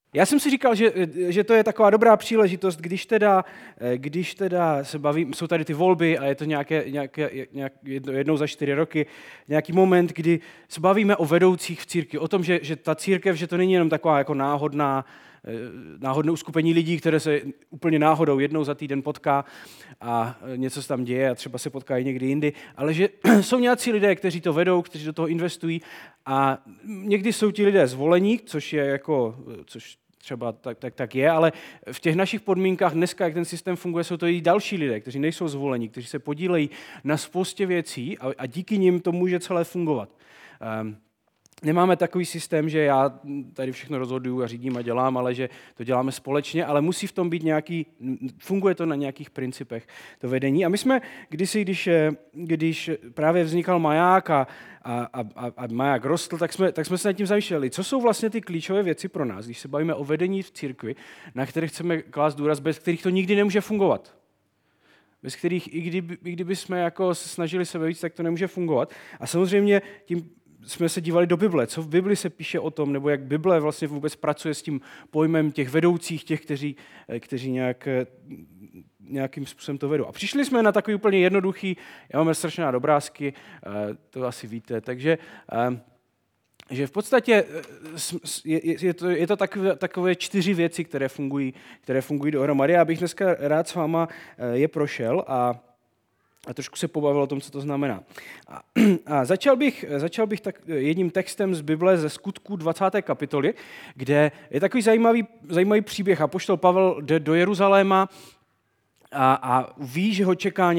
Já jsem si říkal, že to je taková dobrá příležitost, když teda se bavím, jsou tady ty volby a je to jednou za 4 roky, nějaký moment, kdy se bavíme o vedoucích v církvi, o tom, že ta církev, že to není jenom taková jako náhodné uskupení lidí, které se úplně náhodou jednou za týden potká a něco se tam děje a třeba se potkají někdy jindy, ale že jsou nějací lidé, kteří to vedou, kteří do toho investují a někdy jsou ti lidé zvolení, což třeba tak je, ale v těch našich podmínkách dneska, jak ten systém funguje, jsou to i další lidé, kteří nejsou zvolení, kteří se podílejí na spoustě věcí a díky nim to může celé fungovat. Nemáme takový systém, že já tady všechno rozhoduju a řídím a dělám, ale že to děláme společně, ale musí v tom být funguje to na nějakých principech, to vedení. A my jsme kdysi, když právě vznikal Maják a Maják rostl, tak jsme se nad tím zamýšleli, co jsou vlastně ty klíčové věci pro nás, když se bavíme o vedení v církvi, na kterých chceme klást důraz, bez kterých to nikdy nemůže fungovat. Bez kterých, i kdyby jsme jako se snažili sebe víc, tak to nemůže fungovat. A samozřejmě tím jsme se dívali do Bible, co v Bibli se píše o tom, nebo jak Bible vlastně vůbec pracuje s tím pojmem těch vedoucích, těch, kteří nějakým způsobem to vedou. A přišli jsme na takový úplně jednoduchý, já mám strašně rád obrázky, to asi víte, takže že v podstatě je to takové 4 věci, které fungují dohromady. Já bych dneska rád s váma je prošel a trošku se pobavil o tom, co to znamená. A začal bych tak jedním textem z Bible ze Skutků 20. kapitoly, kde je takový zajímavý příběh. Apoštol Pavel jde do Jeruzaléma a ví, že ho čeká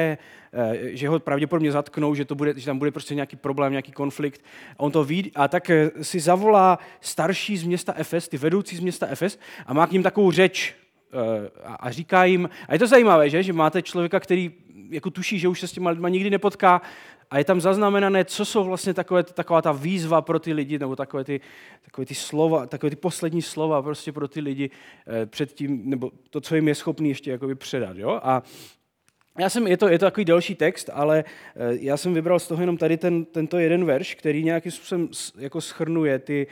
že ho pravděpodobně zatknou, že tam bude prostě nějaký problém, nějaký konflikt. A on to ví a tak si zavolá starší z města Efes, ty vedoucí z města Efes a má k ním takovou řeč a říká jim, a je to zajímavé, že máte člověka, který jako tuší, že už se s těma lidma nikdy nepotká a je tam zaznamenané, co jsou vlastně taková ta výzva pro ty lidi, nebo takové ty slova, takové ty poslední slova prostě pro ty lidi předtím, nebo to, co jim je schopný ještě jakoby předat. Jo? A je to takový delší text, ale já jsem vybral z toho jenom tady tento jeden verš, který nějakým způsobem jako shrnuje ty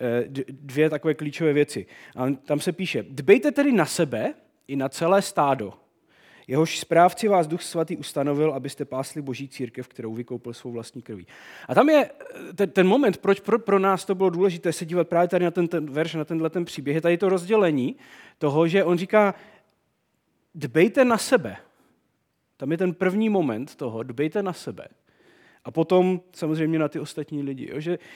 2 takové klíčové věci. A tam se píše, dbejte tedy na sebe i na celé stádo, jehož správci vás Duch Svatý ustanovil, abyste pásli Boží církev, kterou vykoupil svou vlastní krví. A tam je ten moment, proč pro nás to bylo důležité se dívat právě tady na ten verš, na tenhle příběh, je tady to rozdělení toho, že on říká, dbejte na sebe. Tam je ten první moment toho, dbejte na sebe. A potom samozřejmě na ty ostatní lidi, jo, že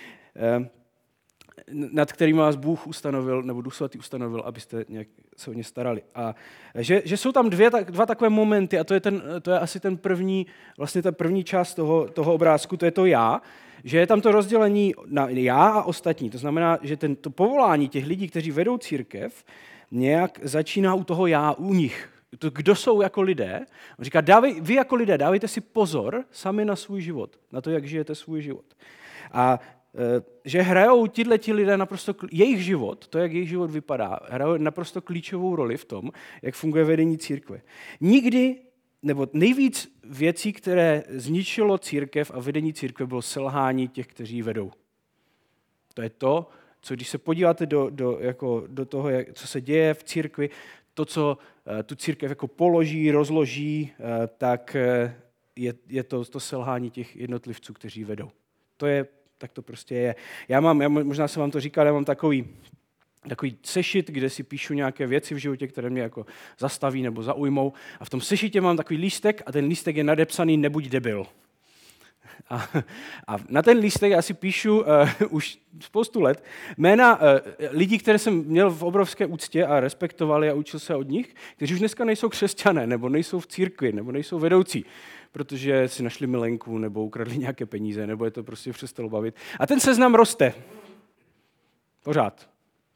nad kterými vás Bůh ustanovil, nebo Duch Svatý ustanovil, abyste nějak se o ně starali. A že jsou tam 2 takové momenty, a to je asi ten první, vlastně ta první část toho obrázku, to je to já, že je tam to rozdělení na já a ostatní. To znamená, že to povolání těch lidí, kteří vedou církev, nějak začíná u toho já, u nich. To, kdo jsou jako lidé. On říká, vy jako lidé, dávejte si pozor sami na svůj život, na to, jak žijete svůj život. A že hrajou tihleti lidé naprosto, jejich život, to, jak jejich život vypadá, hrajou naprosto klíčovou roli v tom, jak funguje vedení církve. Nikdy, nebo nejvíc věcí, které zničilo církev a vedení církve, bylo selhání těch, kteří vedou. To je to, co když se podíváte do toho, co se děje v církvi, to, co tu církev jako položí, rozloží, tak je to selhání těch jednotlivců, kteří vedou. Tak to prostě je. Možná jsem vám to říkal, já mám takový sešit, kde si píšu nějaké věci v životě, které mě jako zastaví nebo zaujmou. A v tom sešitě mám takový lístek a ten lístek je nadepsaný nebuď debil. A na ten lístek já si píšu už spoustu let jména lidí, které jsem měl v obrovské úctě a respektovali a učil se od nich, kteří už dneska nejsou křesťané, nebo nejsou v církvi, nebo nejsou vedoucí, protože si našli milenku, nebo ukradli nějaké peníze, nebo je to prostě přestalo bavit. A ten seznam roste. Pořád.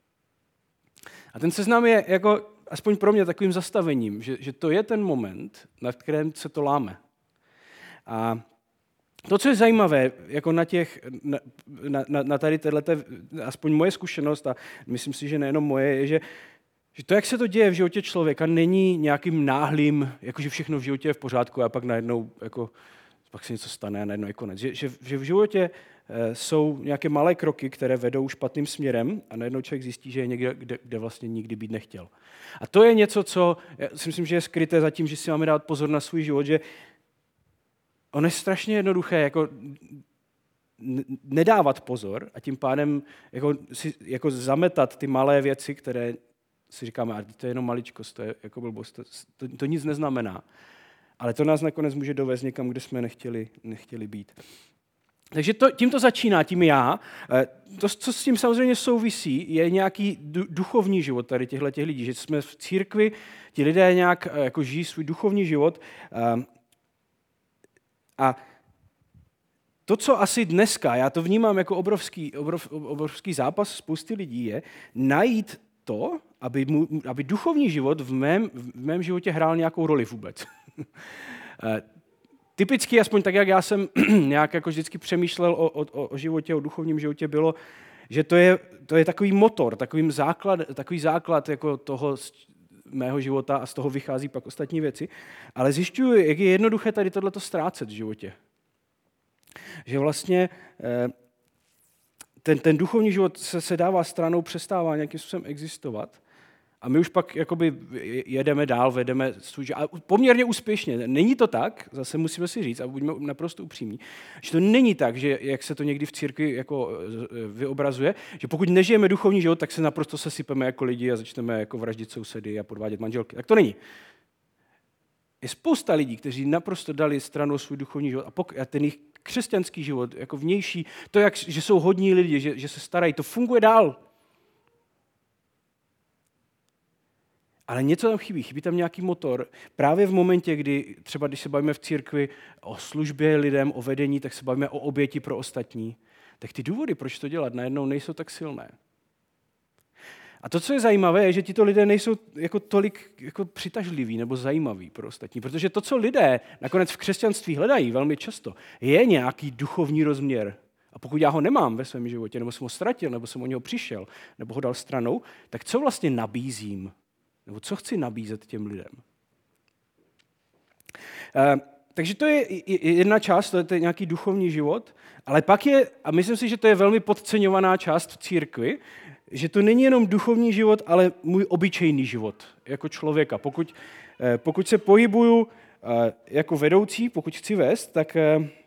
A ten seznam je jako, aspoň pro mě, takovým zastavením, že to je ten moment, nad kterým se to láme. A to, co je zajímavé, jako na tady téhleté, aspoň moje zkušenost, a myslím si, že nejenom moje, je, že to, jak se to děje v životě člověka, není nějakým náhlým, jakože všechno v životě je v pořádku a pak najednou jako pak se něco stane a najednou je konec. Že v životě jsou nějaké malé kroky, které vedou špatným směrem a najednou člověk zjistí, že je někde, kde vlastně nikdy být nechtěl. A to je něco, co já si myslím, že je skryté za tím, že si máme dát pozor na svůj život, že on je strašně jednoduché jako nedávat pozor a tím pádem jako zametat ty malé věci, které si říkáme, a to je jenom maličkost, to je jako blbost, to nic neznamená. Ale to nás nakonec může dovést někam, kde jsme nechtěli být. Takže tím to začíná, tím já. To, co s tím samozřejmě souvisí, je nějaký duchovní život tady těchto lidí, že jsme v církvi, ti lidé nějak jako žijí svůj duchovní život. A to, co asi dneska, já to vnímám jako obrovský zápas spousty lidí, je najít to, aby duchovní život v mém životě hrál nějakou roli vůbec. Typicky, aspoň tak, jak já jsem nějak jako vždycky přemýšlel o životě, o duchovním životě, bylo, že to je takový motor, takový základ jako toho mého života a z toho vychází pak ostatní věci. Ale zjišťuju, jak je jednoduché tady tohleto ztrácet v životě. Že vlastně ten duchovní život se dává stranou, přestává nějakým způsobem existovat a my už pak jakoby jedeme dál, vedeme svůj život. A poměrně úspěšně. Není to tak, zase musíme si říct, a buďme naprosto upřímní, že to není tak, že jak se to někdy v církvi jako vyobrazuje, že pokud nežijeme duchovní život, tak se naprosto sesypeme jako lidi a začneme jako vraždit sousedy a podvádět manželky. Tak to není. Je spousta lidí, kteří naprosto dali stranou svůj duchovní život a ten jejich křesťanský život, jako vnější, to, že jsou hodní lidi, že se starají, to funguje dál. Ale něco tam chybí tam nějaký motor. Právě v momentě, kdy třeba když se bavíme v církvi o službě lidem, o vedení, tak se bavíme o oběti pro ostatní, tak ty důvody, proč to dělat, najednou nejsou tak silné. A to, co je zajímavé, je, že tito lidé nejsou jako tolik jako přitažliví nebo zajímaví pro ostatní, protože to, co lidé nakonec v křesťanství hledají velmi často, je nějaký duchovní rozměr. A pokud já ho nemám ve svém životě, nebo jsem ho ztratil, nebo jsem o něho přišel, nebo ho dal stranou, tak co vlastně nabízím? Nebo co chci nabízet těm lidem? Takže to je jedna část, to je nějaký duchovní život, ale pak je, a myslím si, že to je velmi podceňovaná část v církvi, že to není jenom duchovní život, ale můj obyčejný život jako člověka. Pokud se pohybuju jako vedoucí, pokud chci vést, tak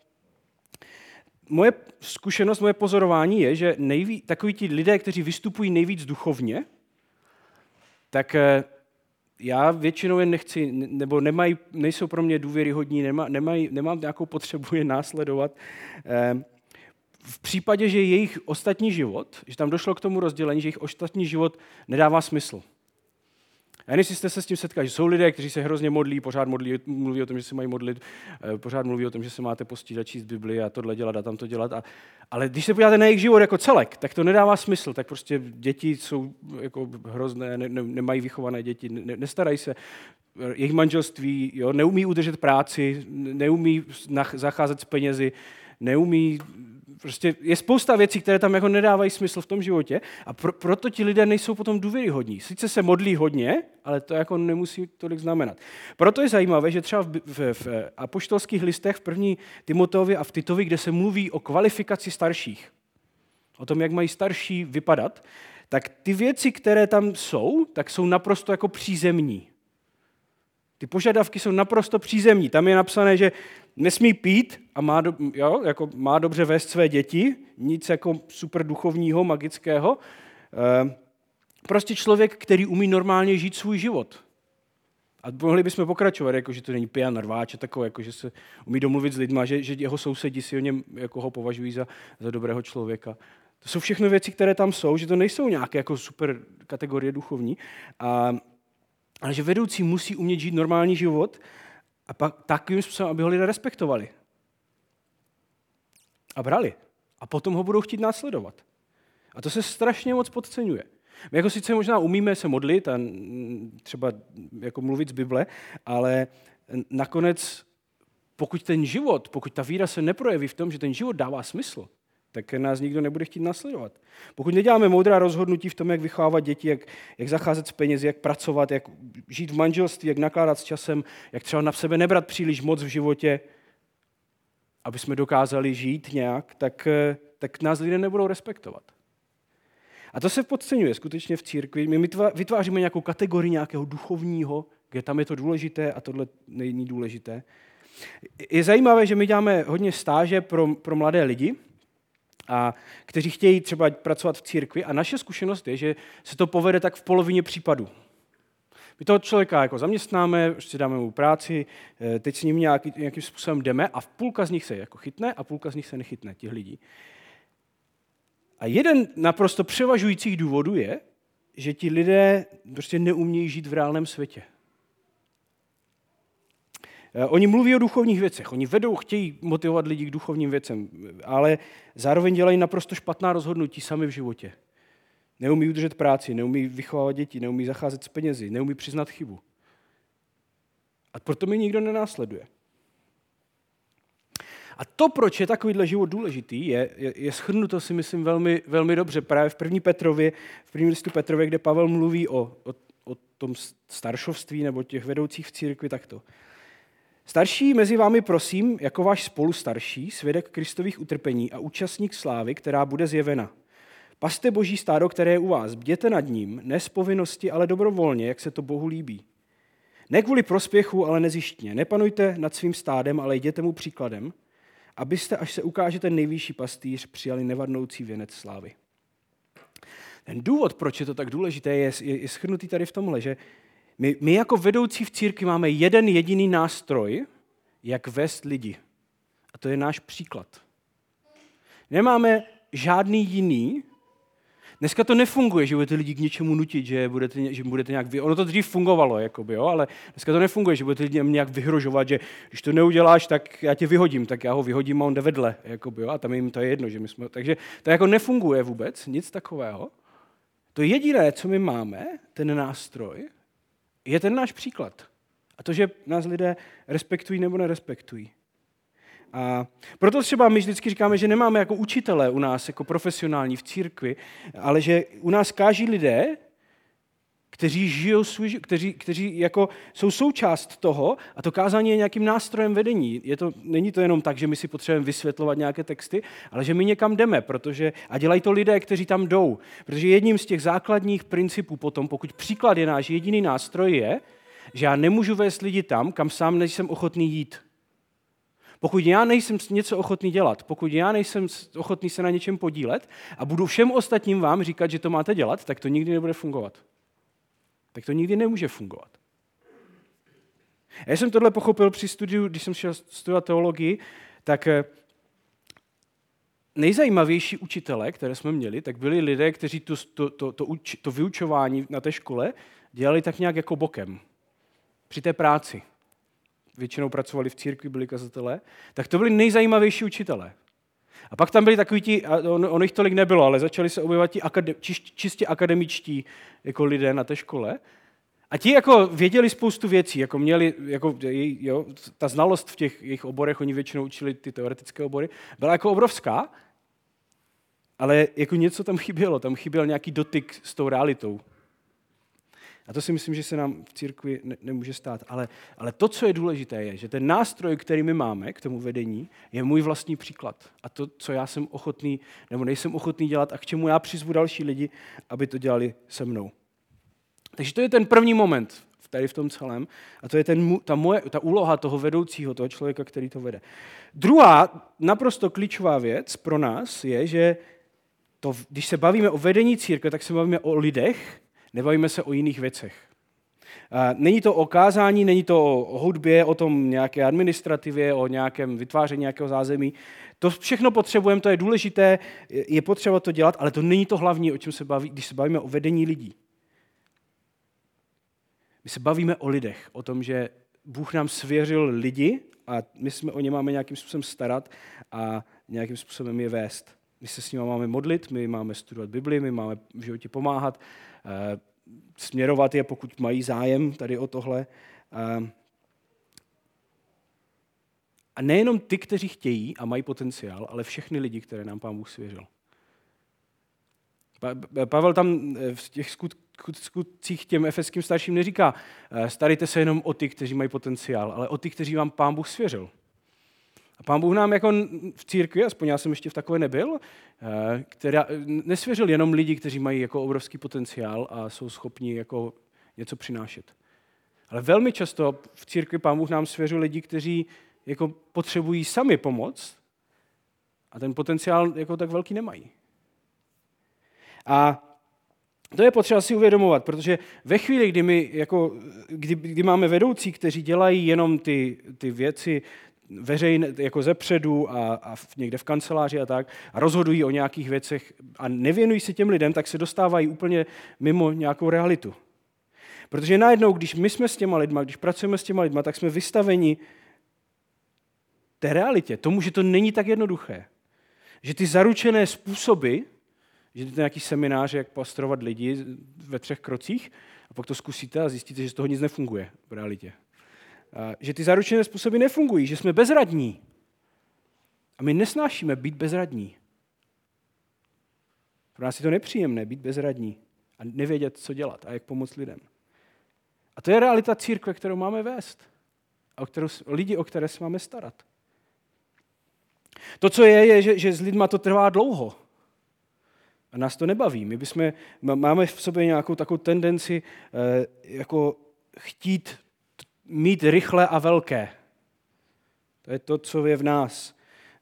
moje zkušenost, moje pozorování je, že takoví ti lidé, kteří vystupují nejvíc duchovně, tak já většinou je nechci, nebo nejsou pro mě důvěryhodní, nemám nějakou potřebu je následovat. V případě, že jejich ostatní život, že tam došlo k tomu rozdělení, že jejich ostatní život nedává smysl. A jestli jste se s tím setkali, že jsou lidé, kteří se hrozně modlí, pořád mluví o tom, že se mají modlit, pořád mluví o tom, že se máte postit a číst Bibli a tohle dělat a tamto dělat. Ale když se podíváte na jejich život jako celek, tak to nedává smysl. Tak prostě děti jsou jako hrozné, nemají vychované děti, nestarají se. Jejich manželství neumí udržet práci, neumí zacházet s penězi, neumí. Prostě je spousta věcí, které tam jako nedávají smysl v tom životě a proto ti lidé nejsou potom důvěryhodní. Sice se modlí hodně, ale to jako nemusí tolik znamenat. Proto je zajímavé, že třeba v apoštolských listech v 1. Timoteovi a v Titovi, kde se mluví o kvalifikaci starších, o tom, jak mají starší vypadat, tak ty věci, které tam jsou, tak jsou naprosto jako přízemní. Ty požadavky jsou naprosto přízemní. Tam je napsané, že nesmí pít a má dobře vést své děti, nic jako super duchovního, magického. Prostě člověk, který umí normálně žít svůj život. A mohli bychom pokračovat, jako, že to není pijan, rváč, takové, jako, že se umí domluvit s lidma, že jeho sousedi si o něm jako ho považují za dobrého člověka. To jsou všechno věci, které tam jsou, že to nejsou nějaké jako super kategorie duchovní, ale že vedoucí musí umět žít normální život a pak takovým způsobem, aby ho lidé respektovali. A brali. A potom ho budou chtít následovat. A to se strašně moc podceňuje. My jako sice možná umíme se modlit a třeba jako mluvit z Bible, ale nakonec, pokud ta víra se neprojeví v tom, že ten život dává smysl, tak nás nikdo nebude chtít následovat. Pokud neděláme moudrá rozhodnutí v tom, jak vychovávat děti, jak zacházet s penězi, jak pracovat, jak žít v manželství, jak nakládat s časem, jak třeba na sebe nebrat příliš moc v životě, aby jsme dokázali žít nějak, tak nás lidé nebudou respektovat. A to se podceňuje skutečně v církvi. My vytváříme nějakou kategorii nějakého duchovního, kde tam je to důležité a tohle není důležité. Je zajímavé, že my děláme hodně stáže pro mladé lidi, kteří chtějí třeba pracovat v církvi a naše zkušenost je, že se to povede tak v polovině případů. My toho člověka jako zaměstnáme, prostě dáme mu práci, teď s ním nějakým způsobem jdeme a půlka z nich se jako chytne a půlka z nich se nechytne, těch lidí. A jeden naprosto převažujících důvodů je, že ti lidé prostě neumějí žít v reálném světě. Oni mluví o duchovních věcech, oni chtějí motivovat lidi k duchovním věcem, ale zároveň dělají naprosto špatná rozhodnutí sami v životě. Neumí udržet práci, neumí vychovávat děti, neumí zacházet s penězi, neumí přiznat chybu. A proto mě nikdo nenásleduje. A to, proč je takovýhle život důležitý, je shrnuto si myslím velmi, velmi dobře právě v prvním listu Petrově, kde Pavel mluví o tom staršovství nebo těch vedoucích v církvi takto. Starší mezi vámi prosím, jako váš spolustarší, svědek Kristových utrpení a účastník slávy, která bude zjevena. Paste boží stádo, které je u vás, bděte nad ním, ne z povinnosti, ale dobrovolně, jak se to Bohu líbí. Ne kvůli prospěchu, ale nezištně. Nepanujte nad svým stádem, ale jděte mu příkladem, abyste, až se ukáže ten nejvyšší pastýř, přijali nevadnoucí věnec slávy. Ten důvod, proč je to tak důležité, je shrnutý tady v tomhle, že my jako vedoucí v církvi máme jeden jediný nástroj, jak vést lidi. A to je náš příklad. Nemáme žádný jiný. Dneska to nefunguje, že budete lidi k něčemu nutit, že budete nějak ono to dřív fungovalo, jakoby, jo, ale dneska to nefunguje, že budete lidem nějak vyhrožovat, že když to neuděláš, tak já tě vyhodím, tak já ho vyhodím a on jde vedle, jakoby, jo, a tam jim to je jedno, že my jsme, takže to jako nefunguje vůbec, nic takového. To jediné, co my máme, ten nástroj, je ten náš příklad. A to, že nás lidé respektují nebo nerespektují. A proto třeba my vždycky říkáme, že nemáme jako učitele u nás, jako profesionální v církvi, ale že u nás káží lidé, kteří žijou kteří jako jsou součást toho a to kázání je nějakým nástrojem vedení. Není to jenom tak, že my si potřebujeme vysvětlovat nějaké texty, ale že my někam jdeme, a dělají to lidé, kteří tam jdou. Protože jedním z těch základních principů potom, pokud příklad je náš jediný nástroj, je, že já nemůžu vést lidi tam, kam sám nejsem ochotný jít. Pokud já nejsem něco ochotný dělat, pokud já nejsem ochotný se na něčem podílet a budu všem ostatním vám říkat, že to máte dělat, tak to nikdy nebude fungovat. Tak to nikdy nemůže fungovat. Já jsem tohle pochopil při studiu, když jsem šel studovat teologii, tak nejzajímavější učitelé, které jsme měli, tak byli lidé, kteří to vyučování na té škole dělali tak nějak jako bokem. Při té práci. Většinou pracovali v církvi, byli kazatelé, tak to byli nejzajímavější učitelé. A pak tam byli takoví ti, ono jich tolik nebylo, ale začali se objevovat ti čistě akademičtí jako lidé na té škole. A ti jako věděli spoustu věcí, jako měli, ta znalost v těch jejich oborech, oni většinou učili ty teoretické obory, byla jako obrovská, ale jako něco tam chyběl nějaký dotyk s tou realitou. A to si myslím, že se nám v církvi nemůže stát. Ale to, co je důležité, je, že ten nástroj, který my máme k tomu vedení, je můj vlastní příklad. A to, co já jsem ochotný nebo nejsem ochotný dělat a k čemu já přizvu další lidi, aby to dělali se mnou. Takže to je ten první moment tady v tom celém. A to je ta úloha toho vedoucího, toho člověka, který to vede. Druhá naprosto klíčová věc pro nás je, že když se bavíme o vedení církve, tak se bavíme o lidech, nebavíme se o jiných věcech. Není to o kázání, není to o hudbě, o tom nějaké administrativě, o nějakém vytváření nějakého zázemí. To všechno potřebujeme, to je důležité, je potřeba to dělat, ale to není to hlavní, o čem se baví, když se bavíme o vedení lidí. My se bavíme o lidech, o tom, že Bůh nám svěřil lidi a my jsme o ně máme nějakým způsobem starat a nějakým způsobem je vést. My se s nimi máme modlit, my máme studovat Bibli, my máme v životě pomáhat, směrovat je, pokud mají zájem tady o tohle. A nejenom ty, kteří chtějí a mají potenciál, ale všechny lidi, které nám Pán Bůh svěřil. Pavel tam v těch skutcích těm efeským starším neříká, starejte se jenom o ty, kteří mají potenciál, ale o ty, kteří vám Pán Bůh svěřil. A Pán Bůh nám jako v církvi, aspoň já jsem ještě v takové nebyl, která nesvěřil jenom lidi, kteří mají jako obrovský potenciál a jsou schopni jako něco přinášet. Ale velmi často v církvi Pán Bůh nám svěřil lidi, kteří jako potřebují sami pomoc a ten potenciál jako tak velký nemají. A to je potřeba si uvědomovat, protože ve chvíli, kdy máme vedoucí, kteří dělají jenom ty věci veřejné, jako zepředu a někde v kanceláři a tak, a rozhodují o nějakých věcech a nevěnují se těm lidem, tak se dostávají úplně mimo nějakou realitu. Protože najednou, když my jsme s těma lidma, když pracujeme s těma lidma, tak jsme vystaveni té realitě, tomu, že to není tak jednoduché. Že ty zaručené způsoby, že jdete nějaký seminář, jak pastorovat lidi ve 3 krocích, a pak to zkusíte a zjistíte, že z toho nic nefunguje v realitě. A že ty zaručené způsoby nefungují, že jsme bezradní. A my nesnášíme být bezradní. Pro nás je to nepříjemné být bezradní a nevědět, co dělat a jak pomoct lidem. A to je realita církve, kterou máme vést. A lidi, o které se máme starat. To, co je, že s lidma to trvá dlouho. A nás to nebaví. Máme v sobě nějakou takovou tendenci jako chtít mít rychle a velké. To je to, co je v nás.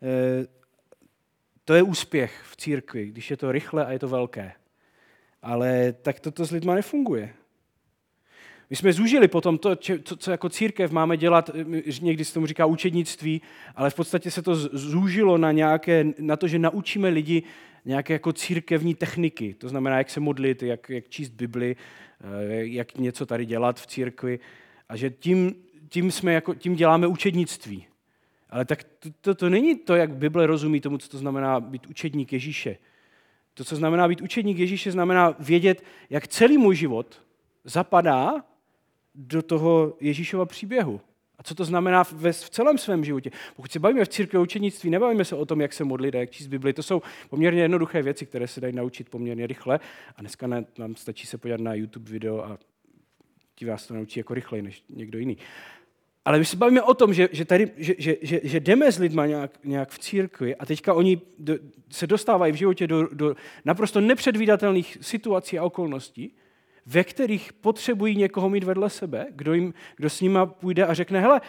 To je úspěch v církvi, když je to rychle a je to velké. Ale tak toto s lidma nefunguje. My jsme zúžili potom to, co jako církev máme dělat, někdy se tomu říká učednictví, ale v podstatě se to zúžilo na to, že naučíme lidi nějaké jako církevní techniky. To znamená, jak se modlit, jak číst Bibli, jak něco tady dělat v církvi. A že tím děláme učednictví. Ale tak to není to, jak Bible rozumí tomu, co to znamená být učedník Ježíše. To, co znamená být učedník Ježíše, znamená vědět, jak celý můj život zapadá do toho Ježíšova příběhu. A co to znamená v celém svém životě. Pokud se bavíme v církvi o učednictví, nebavíme se o tom, jak se modlit a jak číst Bibli. To jsou poměrně jednoduché věci, které se dají naučit poměrně rychle. A dneska nám stačí se podívat na YouTube video a ti vás to naučí jako rychleji než někdo jiný. Ale my se bavíme o tom, že jdeme s lidma nějak v církvi a teďka oni se dostávají v životě do naprosto nepředvídatelných situací a okolností, ve kterých potřebují někoho mít vedle sebe, kdo s nima půjde a řekne, hele,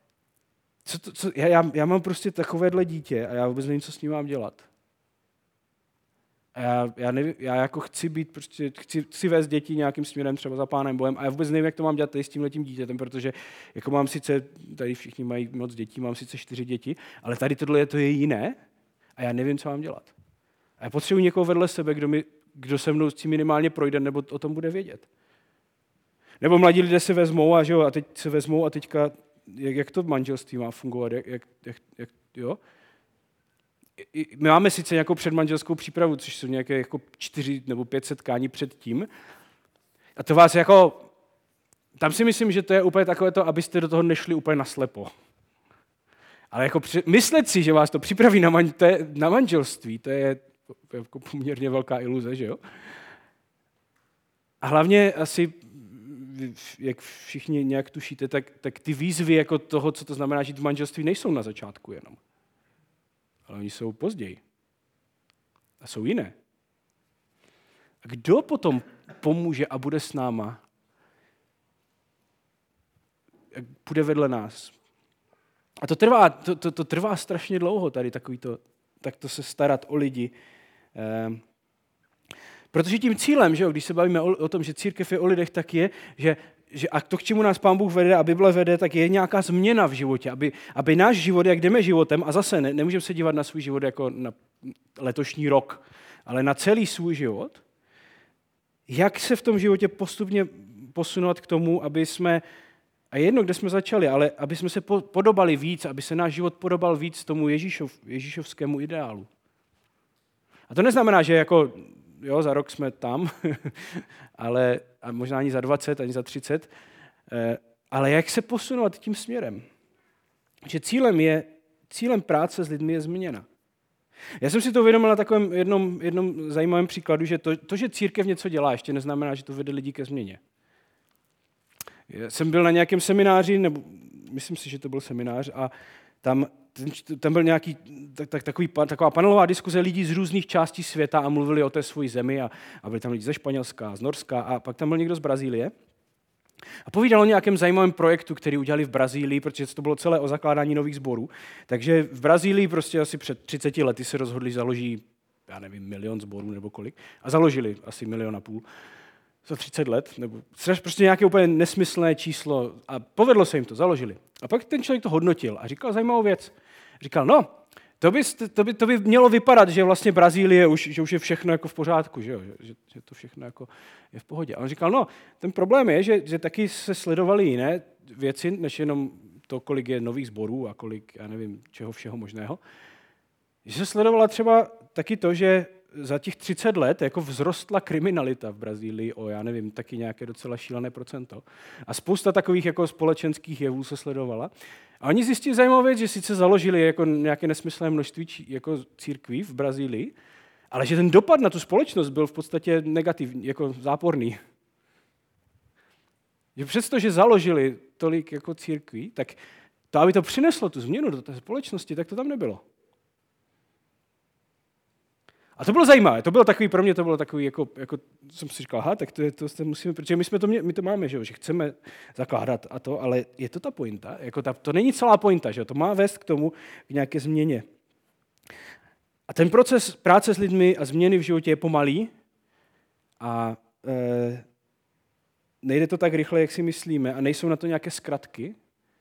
já mám prostě takovéhle dítě a já vůbec nevím, co s ním mám dělat. A já jako chci vést děti nějakým směrem třeba za Pánem Bohem a já vůbec nevím, jak to mám dělat tady s tímhletím dítětem, protože jako mám sice, tady všichni mají moc dětí, mám sice 4 děti, ale tady tohle to je jiné a já nevím, co mám dělat. A já potřebuji někoho vedle sebe, kdo se mnou si minimálně projde nebo o tom bude vědět. Nebo mladí lidé se vezmou a teď se vezmou a teďka, jak to manželství má fungovat, jo? My máme sice nějakou předmanželskou přípravu, což jsou nějaké jako 4 nebo 5 setkání předtím. A to vás jako, tam si myslím, že to je úplně takové to, abyste do toho nešli úplně naslepo. Ale jako myslet si, že vás to připraví na manželství, to je jako poměrně velká iluze, že jo? A hlavně asi, jak všichni nějak tušíte, tak ty výzvy jako toho, co to znamená žít v manželství, nejsou na začátku jenom. Ale oni jsou později. A jsou jiné. A kdo potom pomůže a bude s náma? Bude vedle nás? A to trvá strašně dlouho tady takto se starat o lidi. Protože tím cílem, že jo, když se bavíme o tom, že církev je o lidech, tak je, že a to, k čemu nás Pán Bůh vede a Bible vede, tak je nějaká změna v životě, aby náš život, jak jdeme životem, a zase nemůžeme se dívat na svůj život jako na letošní rok, ale na celý svůj život, jak se v tom životě postupně posunout k tomu, aby jsme, a jedno, kde jsme začali, ale aby jsme se podobali víc, aby se náš život podobal víc tomu ježíšovskému ideálu. A to neznamená, že jako jo, za rok jsme tam, ale a možná ani za 20, ani za 30, ale jak se posunovat tím směrem? Že cílem práce s lidmi je změna. Já jsem si to uvědomil na takovém jednom zajímavém příkladu, že to, že církev něco dělá, ještě neznamená, že to vede lidi ke změně. Já jsem byl na nějakém semináři, nebo myslím si, že to byl seminář, a tam byl taková panelová diskuze lidí z různých částí světa a mluvili o té své zemi a byli tam lidi ze Španělska, z Norska a pak tam byl někdo z Brazílie. A povídal o nějakém zajímavém projektu, který udělali v Brazílii, protože to bylo celé o zakládání nových sborů. Takže v Brazílii prostě asi před 30 lety se rozhodli, založí, já nevím, 1 000 000 sborů nebo kolik, a založili asi 1,5 milionu za 30 let, nebo prostě nějaké úplně nesmyslné číslo a povedlo se jim to, založili. A pak ten člověk to hodnotil a říkal zajímavou věc. Říkal, no, to by mělo vypadat, že vlastně Brazílie že už je všechno jako v pořádku, že to všechno jako je v pohodě. A on říkal, no, ten problém je, že taky se sledovaly jiné věci, než jenom to, kolik je nových sborů a kolik, já nevím, čeho všeho možného. Že se sledovala třeba taky to, že za těch 30 let jako vzrostla kriminalita v Brazílii o, já nevím, taky nějaké docela šílené procento. A spousta takových jako společenských jevů se sledovala. A oni zjistili zajímavou věc, že sice založili jako nějaké nesmyslné množství jako církví v Brazílii, ale že ten dopad na tu společnost byl v podstatě negativní, jako záporný. Že přesto, že založili tolik jako církví, tak to, aby to přineslo tu změnu do té společnosti, tak to tam nebylo. A to bylo zajímavé, to bylo takový, pro mě to bylo takový, jako jsem si říkal, aha, tak to musíme, protože my to máme, že chceme zakládat a to, ale je to ta pointa, jako to není celá pointa, že to má vést k tomu, k nějaké změně. A ten proces práce s lidmi a změny v životě je pomalý a nejde to tak rychle, jak si myslíme a nejsou na to nějaké zkratky,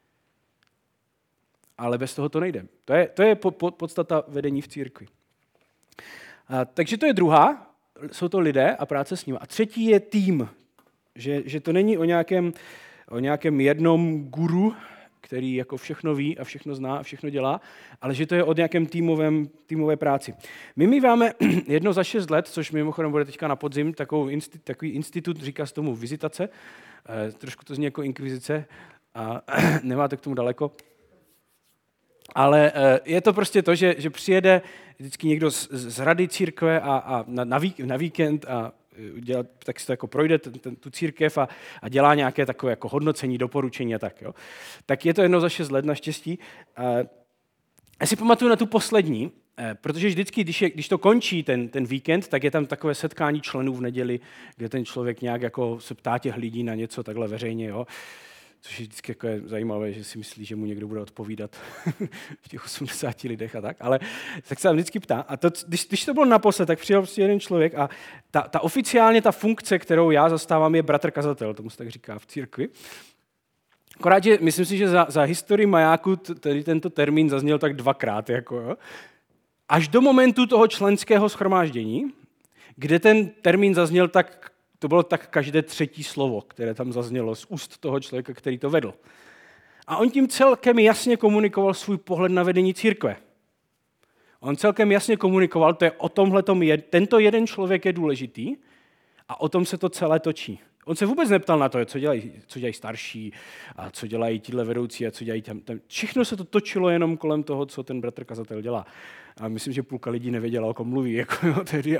ale bez toho to nejde. To je podstata vedení v církvi. Takže to je druhá, jsou to lidé a práce s nimi. A třetí je tým, že to není o nějakém jednom guru, který jako všechno ví a všechno zná a všechno dělá, ale že to je o nějakém týmové práci. My míváme jedno za 6 let, což mimochodem bude teďka na podzim, takový institut, říká se tomu vizitace, trošku to zní jako inkvizice a nemáte k tomu daleko. Ale je to prostě to, že přijede vždycky někdo z rady církve a na víkend a tak si to jako projde tu církev a dělá nějaké takové jako hodnocení, doporučení a tak. Jo. Tak je to jedno za 6 let naštěstí. Já si pamatuju na tu poslední, protože vždycky, když to končí ten víkend, tak je tam takové setkání členů v neděli, kde ten člověk nějak jako se ptá těch lidí na něco takhle veřejně. Jo. Což je vždycky jako je zajímavé, že si myslí, že mu někdo bude odpovídat v těch 80 lidech a tak, ale tak se tam vždycky ptá. A to, když to bylo naposled, tak přijel prostě jeden člověk a oficiálně ta funkce, kterou já zastávám, je bratr kazatel, tomu se tak říká v církvi. Akorát, že myslím si, že za historii majáku tady tento termín zazněl tak 2krát. Jako, jo. Až do momentu toho členského shromáždění, kde ten termín zazněl tak, to bylo tak každé 3. slovo, které tam zaznělo z úst toho člověka, který to vedl. A on tím celkem jasně komunikoval svůj pohled na vedení církve. On celkem jasně komunikoval, to je o tomhletom, tento jeden člověk je důležitý a o tom se to celé točí. On se vůbec neptal na to, co dělají starší a co dělají tíhle vedoucí a co dělají tam. Všechno se to točilo jenom kolem toho, co ten bratr kazatel dělá. A myslím, že půlka lidí nevěděla, o kom mluví, jako, jo, tedy,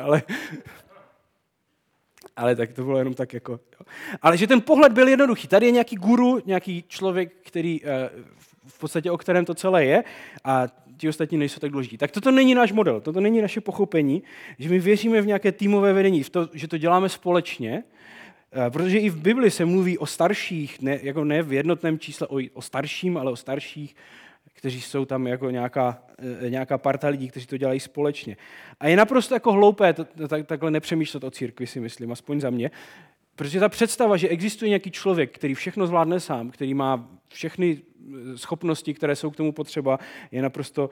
ale tak to bylo jenom tak jako... Jo. Ale že ten pohled byl jednoduchý. Tady je nějaký guru, nějaký člověk, který v podstatě o kterém to celé je a ti ostatní nejsou tak důležití. Tak toto není náš model, toto není naše pochopení, že my věříme v nějaké týmové vedení, v to, že to děláme společně, protože i v Bibli se mluví o starších, ne v jednotném čísle o starším, ale o starších, kteří jsou tam jako nějaká parta lidí, kteří to dělají společně. A je naprosto jako hloupé takhle nepřemýšlet o církvi, si myslím, aspoň za mě, protože ta představa, že existuje nějaký člověk, který všechno zvládne sám, který má všechny schopnosti, které jsou k tomu potřeba, je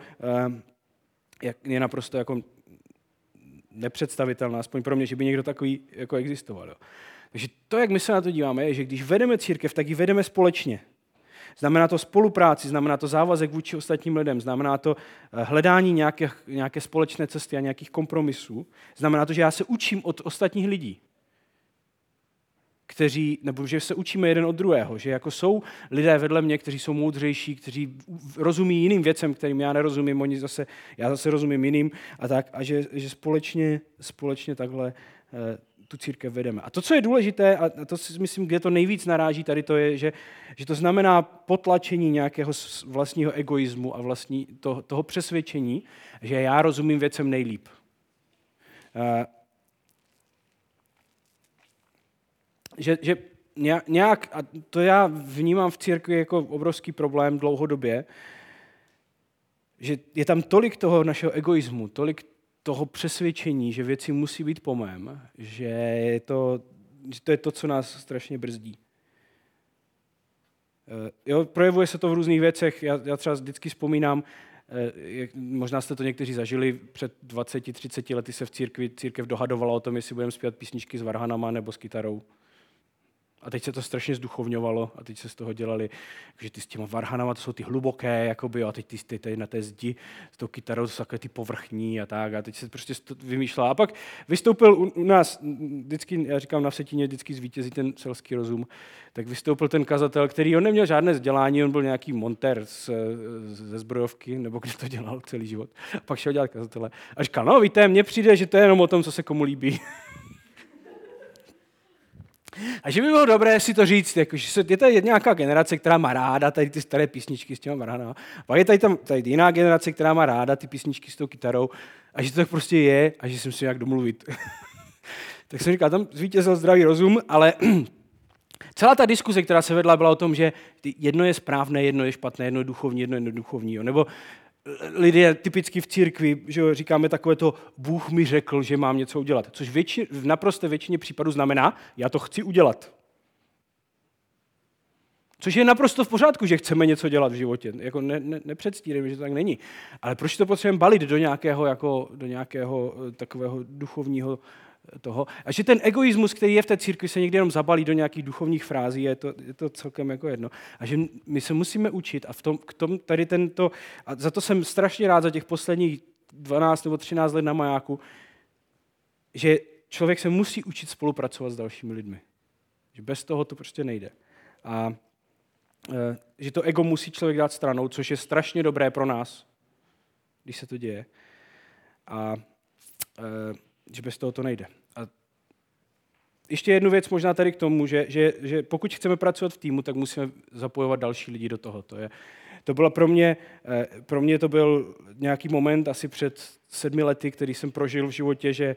naprosto jako nepředstavitelná, aspoň pro mě, že by někdo takový jako existoval. Jo. Takže to, jak my se na to díváme, je, že když vedeme církev, tak ji vedeme společně. Znamená to spolupráci, znamená to závazek vůči ostatním lidem, znamená to hledání nějaké společné cesty a nějakých kompromisů. Znamená to, že já se učím od ostatních lidí, nebo že se učíme jeden od druhého, že jako jsou lidé vedle mě, kteří jsou moudřejší, kteří rozumí jiným věcem, kterým já nerozumím, já zase rozumím jiným a tak, a že společně takhle tu církev vedeme. A to, co je důležité, a to si myslím, kde to nejvíc naráží tady, to je, že to znamená potlačení nějakého vlastního egoismu a toho přesvědčení, že já rozumím věcem nejlíp. Že nějak, a to já vnímám v církvi jako obrovský problém dlouhodobě, že je tam tolik toho našeho egoismu, tolik toho přesvědčení, že věci musí být po mém, že to je to, co nás strašně brzdí. Projevuje se to v různých věcech. Já třeba vždycky vzpomínám, možná jste to někteří zažili, před 20-30 lety se v církev dohadovala o tom, jestli budeme zpívat písničky s varhanama nebo s kytarou. A teď se to strašně zduchovňovalo a teď se z toho dělali, že ty s těma varhanama, to jsou ty hluboké, jakoby, a teď ty tady na té zdi s tou kytarou, to jsou takové ty povrchní a tak. A teď se prostě vymýšlela. A pak vystoupil u nás, vždycky, já říkám na Vsetíně, vždycky zvítězí ten selský rozum, tak vystoupil ten kazatel, který on neměl žádné vzdělání, on byl nějaký montér ze zbrojovky, nebo kde to dělal celý život. A pak šel dělat kazatele. A říkal, no víte, mně přijde, že to je jenom o tom, co se komu líbí. A že by bylo dobré si to říct, jako, že je tady nějaká generace, která má ráda tady ty staré písničky s těma varhanama. Pak je tady jiná generace, která má ráda ty písničky s tou kytarou a že to tak prostě je a že jsem si nějak domluvit. Tak jsem říkal, tam zvítězil zdravý rozum, ale celá ta diskuze, která se vedla, byla o tom, že jedno je správné, jedno je špatné, jedno je duchovní, jedno je neduchovní. Nebo lidé typicky v církvi, že říkáme takové to, Bůh mi řekl, že mám něco udělat. Což v naprosté většině případů znamená, já to chci udělat. Což je naprosto v pořádku, že chceme něco dělat v životě. Jako nepředstírejme, že to tak není. Ale proč to potřebujeme balit do nějakého takového duchovního toho? A že ten egoismus, který je v té církvi, se někdy jenom zabalí do nějakých duchovních frází, je to celkem jako jedno. A že my se musíme učit a a za to jsem strašně rád za těch posledních 12 nebo 13 let na Majáku, že člověk se musí učit spolupracovat s dalšími lidmi. Že bez toho to prostě nejde. A že to ego musí člověk dát stranou, což je strašně dobré pro nás, když se to děje. A že bez toho to nejde. A ještě jednu věc možná tady k tomu, že pokud chceme pracovat v týmu, tak musíme zapojovat další lidi do toho. To bylo pro mě to byl nějaký moment asi před 7 lety, který jsem prožil v životě, že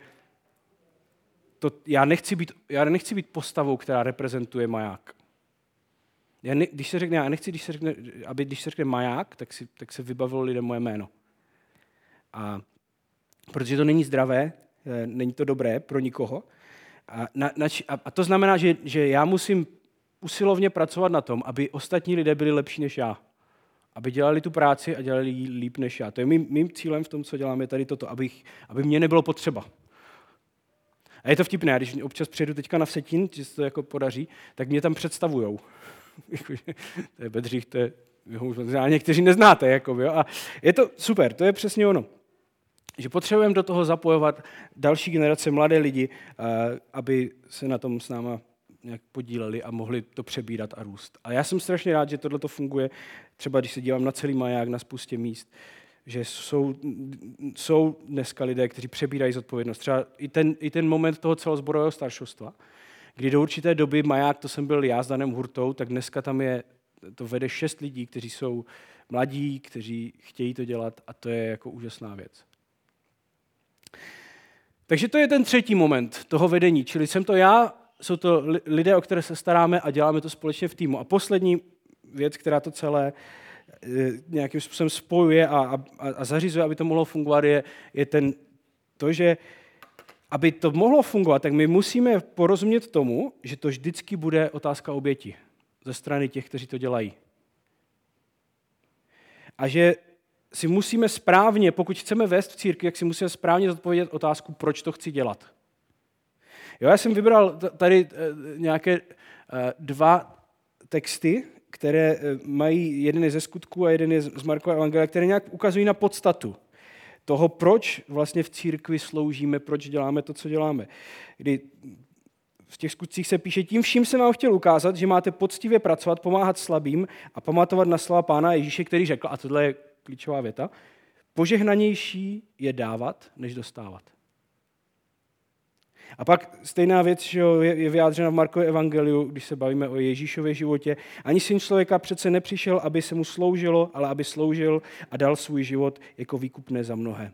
já nechci být postavou, která reprezentuje Maják. Když se řekne Maják, tak se vybavilo lidem moje jméno. A protože to není zdravé, není to dobré pro nikoho. A to znamená, že já musím usilovně pracovat na tom, aby ostatní lidé byli lepší než já. Aby dělali tu práci a dělali ji líp než já. To je mým cílem v tom, co děláme tady toto, aby mě nebylo potřeba. A je to vtipné, když občas přijedu teďka na Vsetín, že se to jako podaří, tak mě tam představujou. To je Bedřich, možná někteří neznáte. Jako, jo? A je to super, to je přesně ono. Že potřebujeme do toho zapojovat další generace mladé lidi, aby se na tom s náma nějak podíleli a mohli to přebírat a růst. A já jsem strašně rád, že tohle to funguje, třeba když se dívám na celý Maják, na spoustě míst, že jsou dneska lidé, kteří přebírají zodpovědnost. Třeba i ten moment toho celosborového staršovstva, kdy do určité doby Maják, to jsem byl já s Danem Hurtou, tak dneska tam to vede 6 lidí, kteří jsou mladí, kteří chtějí to dělat a to je jako úžasná věc. Takže to je ten třetí moment toho vedení, čili jsem to já, jsou to lidé, o které se staráme a děláme to společně v týmu. A poslední věc, která to celé nějakým způsobem spojuje a zařizuje, aby to mohlo fungovat, je to, že aby to mohlo fungovat, tak my musíme porozumět tomu, že to vždycky bude otázka oběti ze strany těch, kteří to dělají. A že si musíme správně, pokud chceme vést v církvi, jak si musíme správně zodpovědět otázku, proč to chci dělat. Jo, já jsem vybral tady nějaké 2 texty, které mají, jeden je ze Skutků a jeden je z Markova evangelia, které nějak ukazují na podstatu toho, proč vlastně v církvi sloužíme, proč děláme to, co děláme. Kdy v těch skutcích se píše, tím vším jsem vám chtěl ukázat, že máte poctivě pracovat, pomáhat slabým a pamatovat na slova Pána Ježíše, který řekl, a tohle je klíčová věta, požehnanější je dávat, než dostávat. A pak stejná věc, že je vyjádřena v Markově evangeliu, když se bavíme o Ježíšově životě. Ani Syn člověka přece nepřišel, aby se mu sloužilo, ale aby sloužil a dal svůj život jako výkupné za mnohé.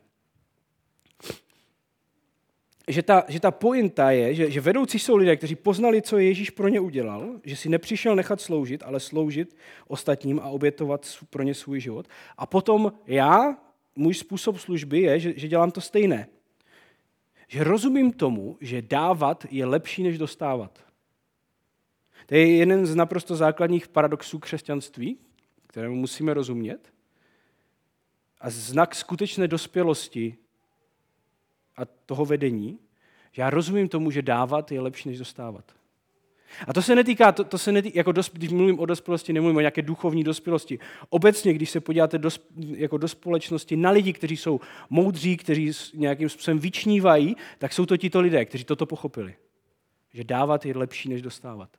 Že ta pointa je, že vedoucí jsou lidé, kteří poznali, co Ježíš pro ně udělal, že si nepřišel nechat sloužit, ale sloužit ostatním a obětovat pro ně svůj život. A potom můj způsob služby je, že dělám to stejné. Že rozumím tomu, že dávat je lepší, než dostávat. To je jeden z naprosto základních paradoxů křesťanství, kterému musíme rozumět. A znak skutečné dospělosti a toho vedení, že já rozumím tomu, že dávat je lepší, než dostávat. A to se netýká, když mluvím o dospělosti, nemluvím o nějaké duchovní dospělosti. Obecně, když se podíváte do společnosti na lidi, kteří jsou moudří, kteří nějakým způsobem vyčnívají, tak jsou to tito lidé, kteří toto pochopili. Že dávat je lepší, než dostávat.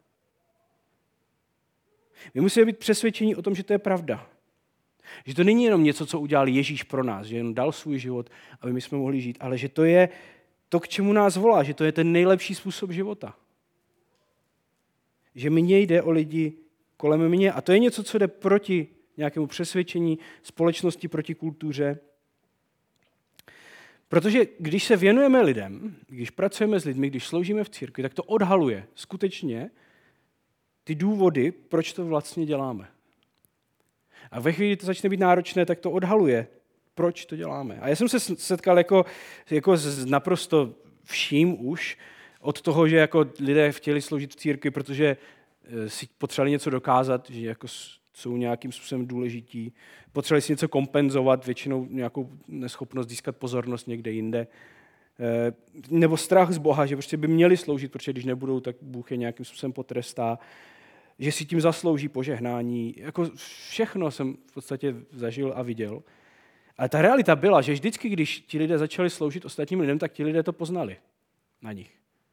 My musíme být přesvědčeni o tom, že to je pravda. Že to není jenom něco, co udělal Ježíš pro nás, že jen dal svůj život, aby my jsme mohli žít, ale že to je to, k čemu nás volá, že to je ten nejlepší způsob života. Že mně jde o lidi kolem mě. A to je něco, co jde proti nějakému přesvědčení společnosti, proti kultuře. Protože když se věnujeme lidem, když pracujeme s lidmi, když sloužíme v církvi, tak to odhaluje skutečně ty důvody, proč to vlastně děláme. A ve chvíli, kdy to začne být náročné, tak to odhaluje, proč to děláme. A já jsem se setkal jako s naprosto vším už, od toho, že jako lidé chtěli sloužit v církvi, protože si potřebovali něco dokázat, že jako jsou nějakým způsobem důležití. Potřebovali si něco kompenzovat, většinou nějakou neschopnost získat pozornost někde jinde. Nebo strach z Boha, že prostě by měli sloužit, protože když nebudou, tak Bůh je nějakým způsobem potrestá. Že si tím zaslouží požehnání. Jako všechno jsem v podstatě zažil a viděl. Ale ta realita byla, že vždycky, když ti lidé začali sloužit ostatním lidem, tak ti lidé to poznali na nich.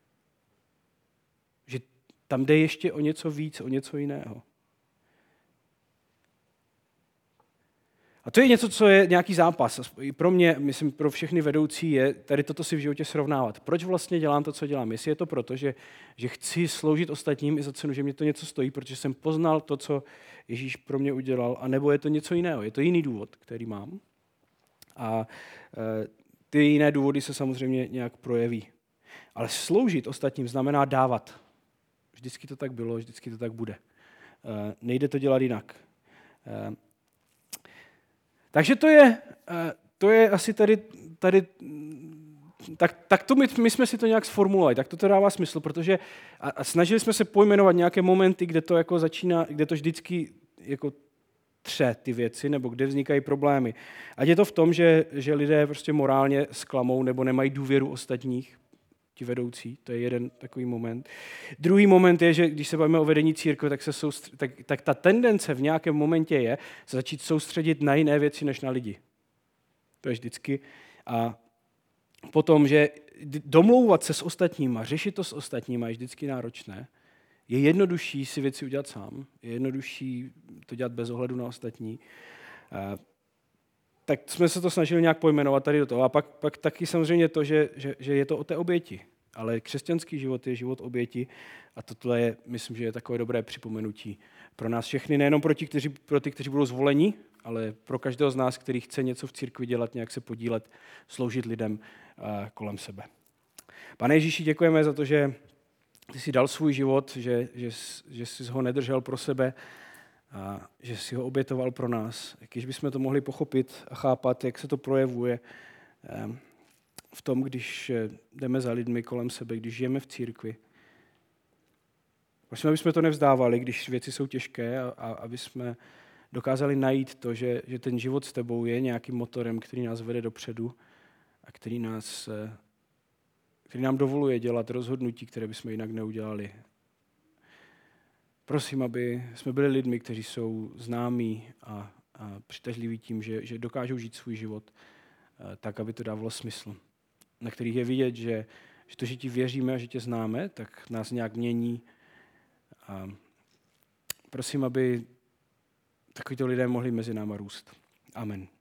Že tam jde ještě o něco víc, o něco jiného. A to je něco, co je nějaký zápas. I pro mě, myslím, pro všechny vedoucí je tady toto si v životě srovnávat. Proč vlastně dělám to, co dělám? Jestli je to proto, že chci sloužit ostatním i za cenu, že mě to něco stojí, protože jsem poznal to, co Ježíš pro mě udělal, anebo je to něco jiného. Je to jiný důvod, který mám. A ty jiné důvody se samozřejmě nějak projeví. Ale sloužit ostatním znamená dávat. Vždycky to tak bylo, vždycky to tak bude. Nejde to dělat jinak. Takže to je asi tady tak to my jsme si to nějak sformulovali, tak to dává smysl, protože a snažili jsme se pojmenovat nějaké momenty, kde to jako začíná, kde to vždycky jako tře ty věci, nebo kde vznikají problémy. Ať je to v tom, že lidé prostě morálně zklamou nebo nemají důvěru ostatních, ti vedoucí, to je jeden takový moment. Druhý moment je, že když se bavíme o vedení církve, tak ta tendence v nějakém momentě je se začít soustředit na jiné věci než na lidi. To je vždycky. A potom, že domlouvat se s ostatníma, řešit to s ostatníma je vždycky náročné. Je jednodušší si věci udělat sám, je jednodušší to dělat bez ohledu na ostatní. Tak jsme se to snažili nějak pojmenovat tady do toho. A pak taky samozřejmě to, že je to o té oběti. Ale křesťanský život je život oběti a tohle je, myslím, že je takové dobré připomenutí pro nás všechny, nejenom pro ty, kteří budou zvoleni, ale pro každého z nás, který chce něco v církvi dělat, nějak se podílet, sloužit lidem kolem sebe. Pane Ježíši, děkujeme za to, že ty jsi dal svůj život, že jsi ho nedržel pro sebe, a že jsi ho obětoval pro nás. Když bychom to mohli pochopit a chápat, jak se to projevuje v tom, když jdeme za lidmi kolem sebe, když žijeme v církvi. Prosím, aby jsme to nevzdávali, když věci jsou těžké a aby jsme dokázali najít to, že ten život s tebou je nějakým motorem, který nás vede dopředu a který nám dovoluje dělat rozhodnutí, které bychom jinak neudělali. Prosím, aby jsme byli lidmi, kteří jsou známí a přitažliví tím, že dokážou žít svůj život tak, aby to dávalo smysl. Na kterých je vidět, že to, že ti věříme a že tě známe, tak nás nějak mění. A prosím, aby takovýto lidé mohli mezi náma růst. Amen.